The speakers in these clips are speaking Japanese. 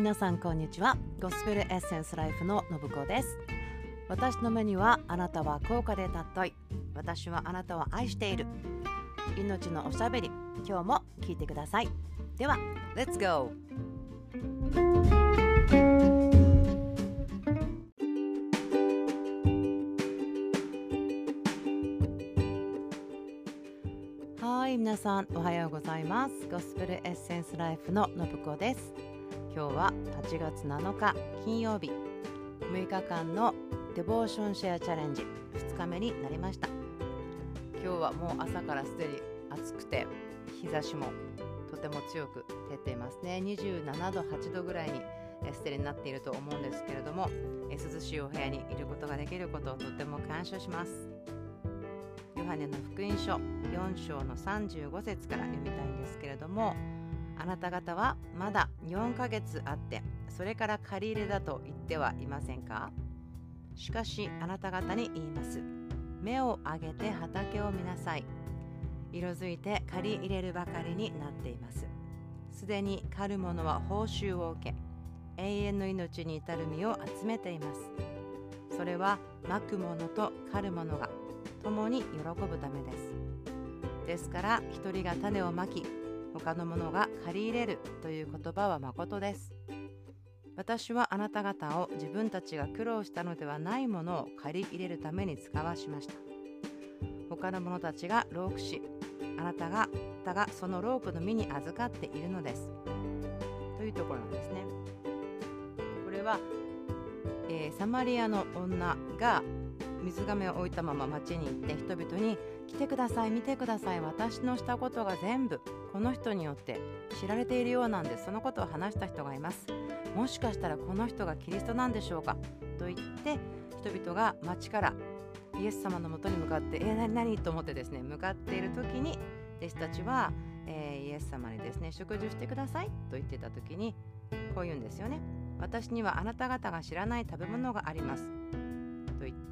皆さんこんにちは。ゴスペルエッセンスライフの信子です。私の目にはあなたは高価で尊い。私はあなたを愛している。命のおしゃべり、今日も聞いてください。では、Let's go! はい、皆さんおはようございます。ゴスペルエッセンスライフの信子です。今日は8月7日金曜日、6日間のデボーションシェアチャレンジ2日目になりました。今日はもう朝からすでに暑くて、日差しもとても強く照っていますね。27度8度ぐらいにすでになっていると思うんですけれども、涼しいお部屋にいることができることをとても感謝します。ヨハネの福音書4章の35節から読みたいんですけれども、あなた方はまだ4ヶ月あって、それから借り入れだと言ってはいませんか？しかしあなた方に言います。目を上げて畑を見なさい。色づいて借り入れるばかりになっています。すでに狩る者は報酬を受け、永遠の命に至る実を集めています。それはまく者と狩る者が共に喜ぶためです。ですから一人が種をまき、他の者が借り入れるという言葉はまことです。私はあなた方を自分たちが苦労したのではないものを借り入れるために使わしました。他の者たちが労苦し、あなたがその労苦の身に預かっているのです。というところなんですね。これは、サマリアの女が水がめを置いたまま町に行って人々に来てください、見てください、私のしたことが全部この人によって知られているようなんです。そのことを話した人がいます。もしかしたらこの人がキリストなんでしょうかと言って人々が町からイエス様のもとに向かって何と思ってですね、向かっている時に弟子たちは、イエス様にですね、食事をしてくださいと言ってた時にこう言うんですよね。私にはあなた方が知らない食べ物がありますと言って、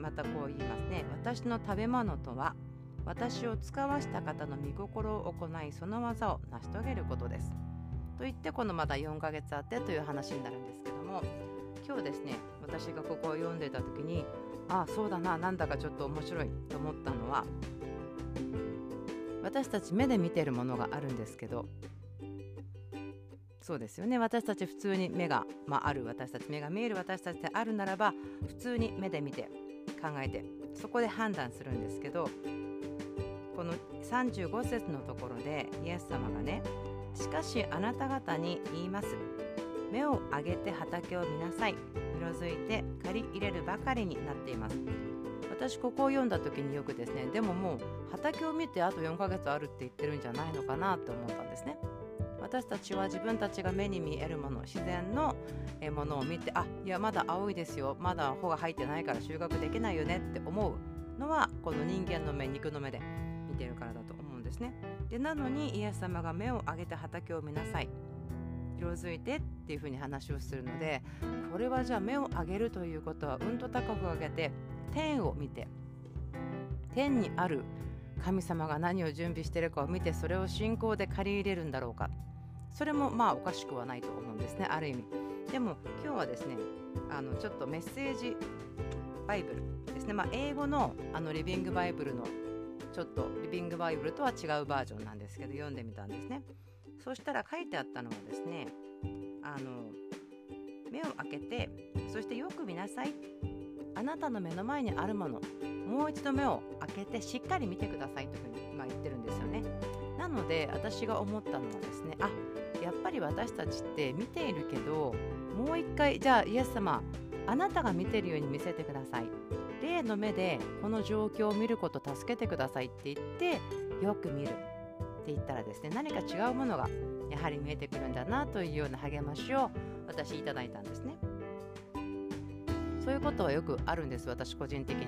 またこう言いますね。私の食べ物とは私を使わした方の御心を行い、その技を成し遂げることですと言って、このまだ4ヶ月あってという話になるんですけども、今日ですね、私がここを読んでた時に、そうだな、なんだかちょっと面白いと思ったのは、私たち目で見てるものがあるんですけど、そうですよね、私たち普通に目が、ある私たち、目が見える私たちであるならば、普通に目で見て考えてそこで判断するんですけど、この35節のところでイエス様がね、しかしあなた方に言います。目を上げて畑を見なさい。色づいて借り入れるばかりになっています。私ここを読んだ時によくですね、でももう畑を見てあと4ヶ月あるって言ってるんじゃないのかなと思ったんですね。私たちは自分たちが目に見えるもの、自然のものを見て、いやまだ青いですよ、まだ穂が入ってないから収穫できないよねって思うのは、この人間の目、肉の目で見てるからだと思うんですね。でなのにイエス様が目を上げて畑を見なさい、色づいてっていうふうに話をするので、これはじゃあ目を上げるということは、うんと高く上げて天を見て、天にある神様が何を準備しているかを見て、それを信仰で借り入れるんだろうか。それもおかしくはないと思うんですね、ある意味。でも今日はですね、ちょっとメッセージバイブルですね、英語のリビングバイブルのちょっとリビングバイブルとは違うバージョンなんですけど、読んでみたんですね。そしたら書いてあったのはですね、目を開けて、そしてよく見なさい。あなたの目の前にあるもの、もう一度目を開けてしっかり見てくださいというふうに言ってるんですよね。なので私が思ったのはですね、やっぱり私たちって見ているけど、もう一回、じゃあイエス様、あなたが見てるように見せてください。霊の目でこの状況を見ることを助けてくださいって言って、よく見るって言ったらですね、何か違うものがやはり見えてくるんだなというような励ましを私いただいたんですね。そういうことはよくあるんです。私個人的に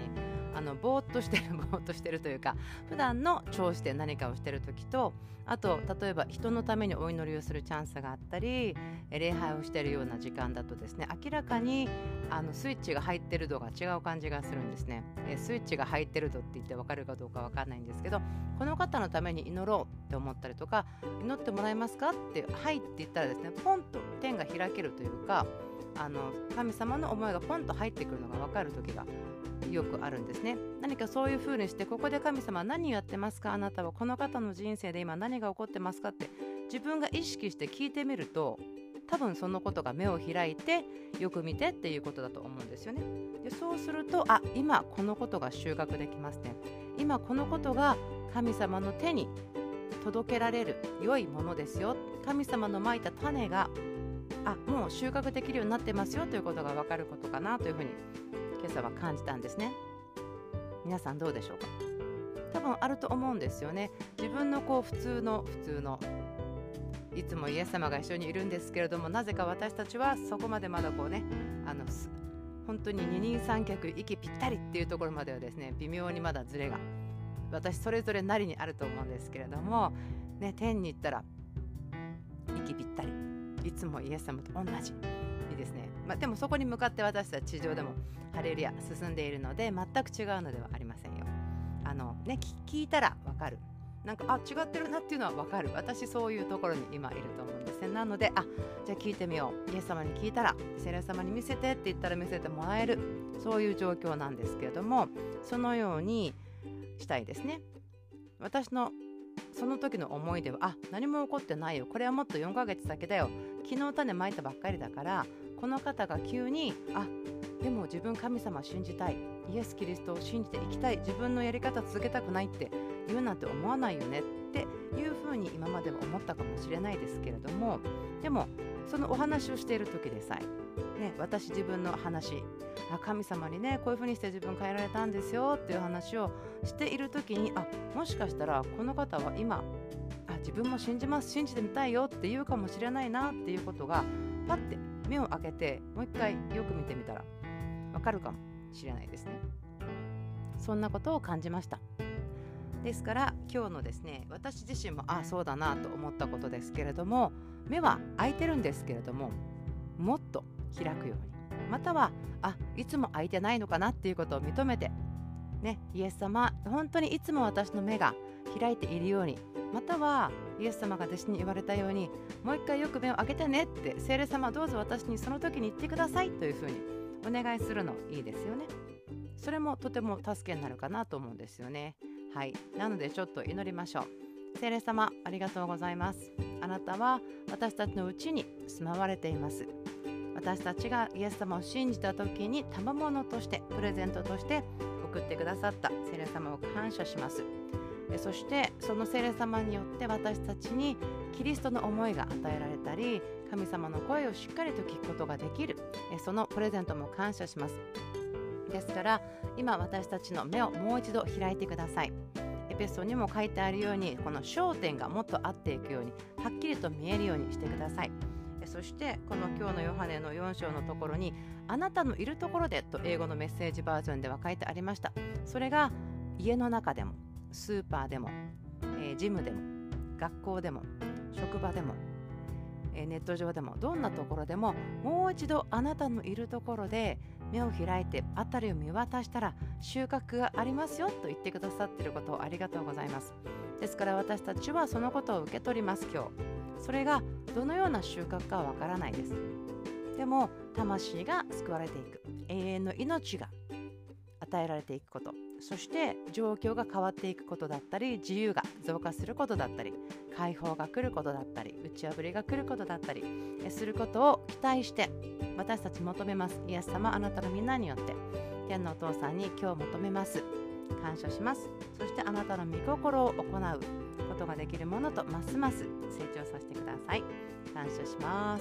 ぼーっとしてるというか、普段の調子で何かをしてる時と、あと例えば人のためにお祈りをするチャンスがあったり、礼拝をしているような時間だとですね、明らかにスイッチが入ってる度が違う感じがするんですね。スイッチが入ってる度って言って分かるかどうか分かんないんですけど、この方のために祈ろうって思ったりとか、祈ってもらえますかってはいって言ったらですね、ポンと天が開けるというか、神様の思いがポンと入ってくるのが分かる時がよくあるんですね。何かそういう風にして、ここで神様何やってますか、あなたはこの方の人生で今何が起こってますかって自分が意識して聞いてみると、多分そのことが目を開いてよく見てっていうことだと思うんですよね。でそうすると、今このことが収穫できますね、今このことが神様の手に届けられる良いものですよ、神様のまいた種がもう収穫できるようになってますよということが分かることかなというふうに今朝は感じたんですね。皆さんどうでしょうか。多分あると思うんですよね。自分の普通のいつもイエス様が一緒にいるんですけれども、なぜか私たちはそこまでまだ本当に二人三脚息ぴったりっていうところまではですね、微妙にまだズレが私それぞれなりにあると思うんですけれども、天に行ったら息ぴったり、いつもイエス様と同じいいですね。でもそこに向かって私たち地上でもハレルヤ進んでいるので、全く違うのではありませんよ。聞いたら分かる、なんか違ってるなっていうのは分かる。私そういうところに今いると思うんですね。なのでじゃあ聞いてみよう、イエス様に聞いたら、聖霊様に見せてって言ったら見せてもらえる、そういう状況なんですけれども、そのようにしたいですね。私のその時の思いでは何も起こってないよ、これはもっと4ヶ月先だよ、昨日種まいたばっかりだから、この方が急にでも自分神様信じたい、イエス・キリストを信じていきたい、自分のやり方続けたくないって言うなんて思わないよねっていうふうに今までは思ったかもしれないですけれども、でもそのお話をしている時でさえ、私自分の話、神様にねこういうふうにして自分変えられたんですよっていう話をしている時に、もしかしたらこの方は今自分も信じます、信じてみたいよって言うかもしれないなっていうことがパッて目を開けてもう一回よく見てみたらわかるかもしれないですね。そんなことを感じました。ですから今日のですね、私自身もそうだなと思ったことですけれども、目は開いてるんですけれども、もっと開くように、またはいつも開いてないのかなっていうことを認めてイエス様本当にいつも私の目が開いているように、またはイエス様が弟子に言われたように、もう一回よく目を開けてねって、聖霊様どうぞ私にその時に言ってくださいというふうにお願いするのいいですよね。それもとても助けになるかなと思うんですよね。なのでちょっと祈りましょう。聖霊様ありがとうございます。あなたは私たちのうちに住まわれています。私たちがイエス様を信じた時に賜物としてプレゼントとして送ってくださった聖霊様を感謝します。そしてその聖霊様によって私たちにキリストの思いが与えられたり、神様の声をしっかりと聞くことができる、そのプレゼントも感謝します。ですから今私たちの目をもう一度開いてください。エペソにも書いてあるように、この焦点がもっと合っていくようにはっきりと見えるようにしてください。そしてこの今日のヨハネの4章のところに、あなたのいるところでと英語のメッセージバージョンでは書いてありました。それが家の中でもスーパーでも、ジムでも学校でも職場でも、ネット上でもどんなところでも、もう一度あなたのいるところで目を開いて辺りを見渡したら収穫がありますよと言ってくださっていることをありがとうございます。ですから私たちはそのことを受け取ります。今日それがどのような収穫かはわからないです。でも魂が救われていく、永遠の命が与えられていくこと、そして状況が変わっていくことだったり、自由が増加することだったり、解放が来ることだったり、打ち破りが来ることだったりすることを期待して私たち求めます。イエス様あなたのみんなによって天のお父さんに今日求めます。感謝します。そしてあなたの御心を行うことができるものとますます成長させてください。感謝します。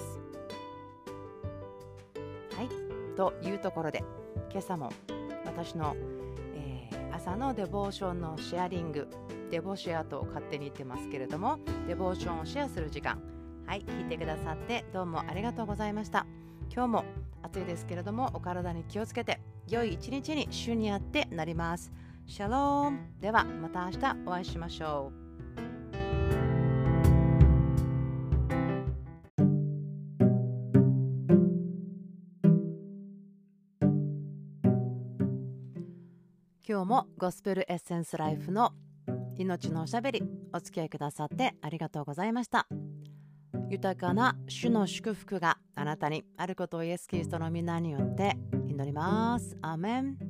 というところで今朝も私の、朝のデボーションのシェアリング、デボシェアと勝手に言ってますけれども、デボーションをシェアする時間、聞いてくださってどうもありがとうございました。今日も暑いですけれどもお体に気をつけて良い一日に主にあってなります。シャローム。ではまた明日お会いしましょう。今日もゴスペルエッセンスライフの命のおしゃべりお付き合いくださってありがとうございました。豊かな主の祝福があなたにあることをイエス・キリストの皆によって祈ります。アーメン。